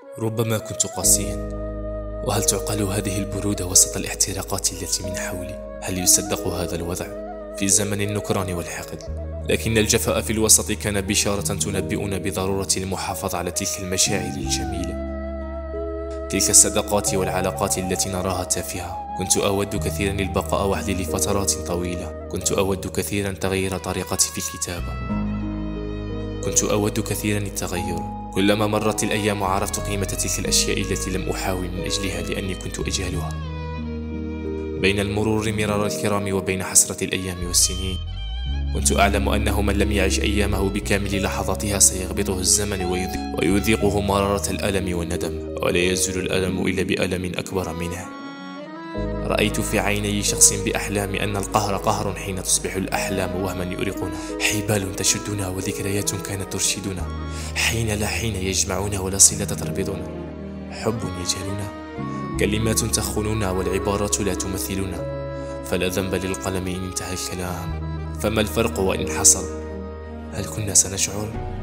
ربما كنت قاسيا. وهل تعقل هذه البرودة وسط الاحتراقات التي من حولي؟ هل يصدق هذا الوضع في زمن النكران والحقد؟ لكن الجفاء في الوسط كان بشارة تنبئنا بضرورة المحافظة على تلك المشاعر الجميلة، تلك الصداقات والعلاقات التي نراها تافهة. كنت أود كثيرا البقاء وحدي لفترات طويلة. كنت أود كثيرا تغيير طريقتي في الكتابة. كنت أود كثيرا التغير. كلما مرت الأيام عرفت قيمة تلك الأشياء التي لم أحاول من أجلها لأني كنت أجهلها. بين المرور مرار الكرام وبين حسرة الأيام والسنين، كنت أعلم أنه من لم يعش أيامه بكامل لحظاتها سيغبطه الزمن ويذيقه مرارة الألم والندم، ولا يزول الألم إلا بألم أكبر منه. رأيت في عيني شخص بأحلام أن القهر قهر حين تصبح الأحلام وهما يؤرقنا، حبال تشدنا وذكريات كانت ترشدنا، حين لا حين يجمعنا ولا صلة تربطنا، حب يجهلنا، كلمات تخوننا والعبارات لا تمثلنا، فلا ذنب للقلم إن انتهى الكلام. فما الفرق وإن حصل؟ هل كنا سنشعر؟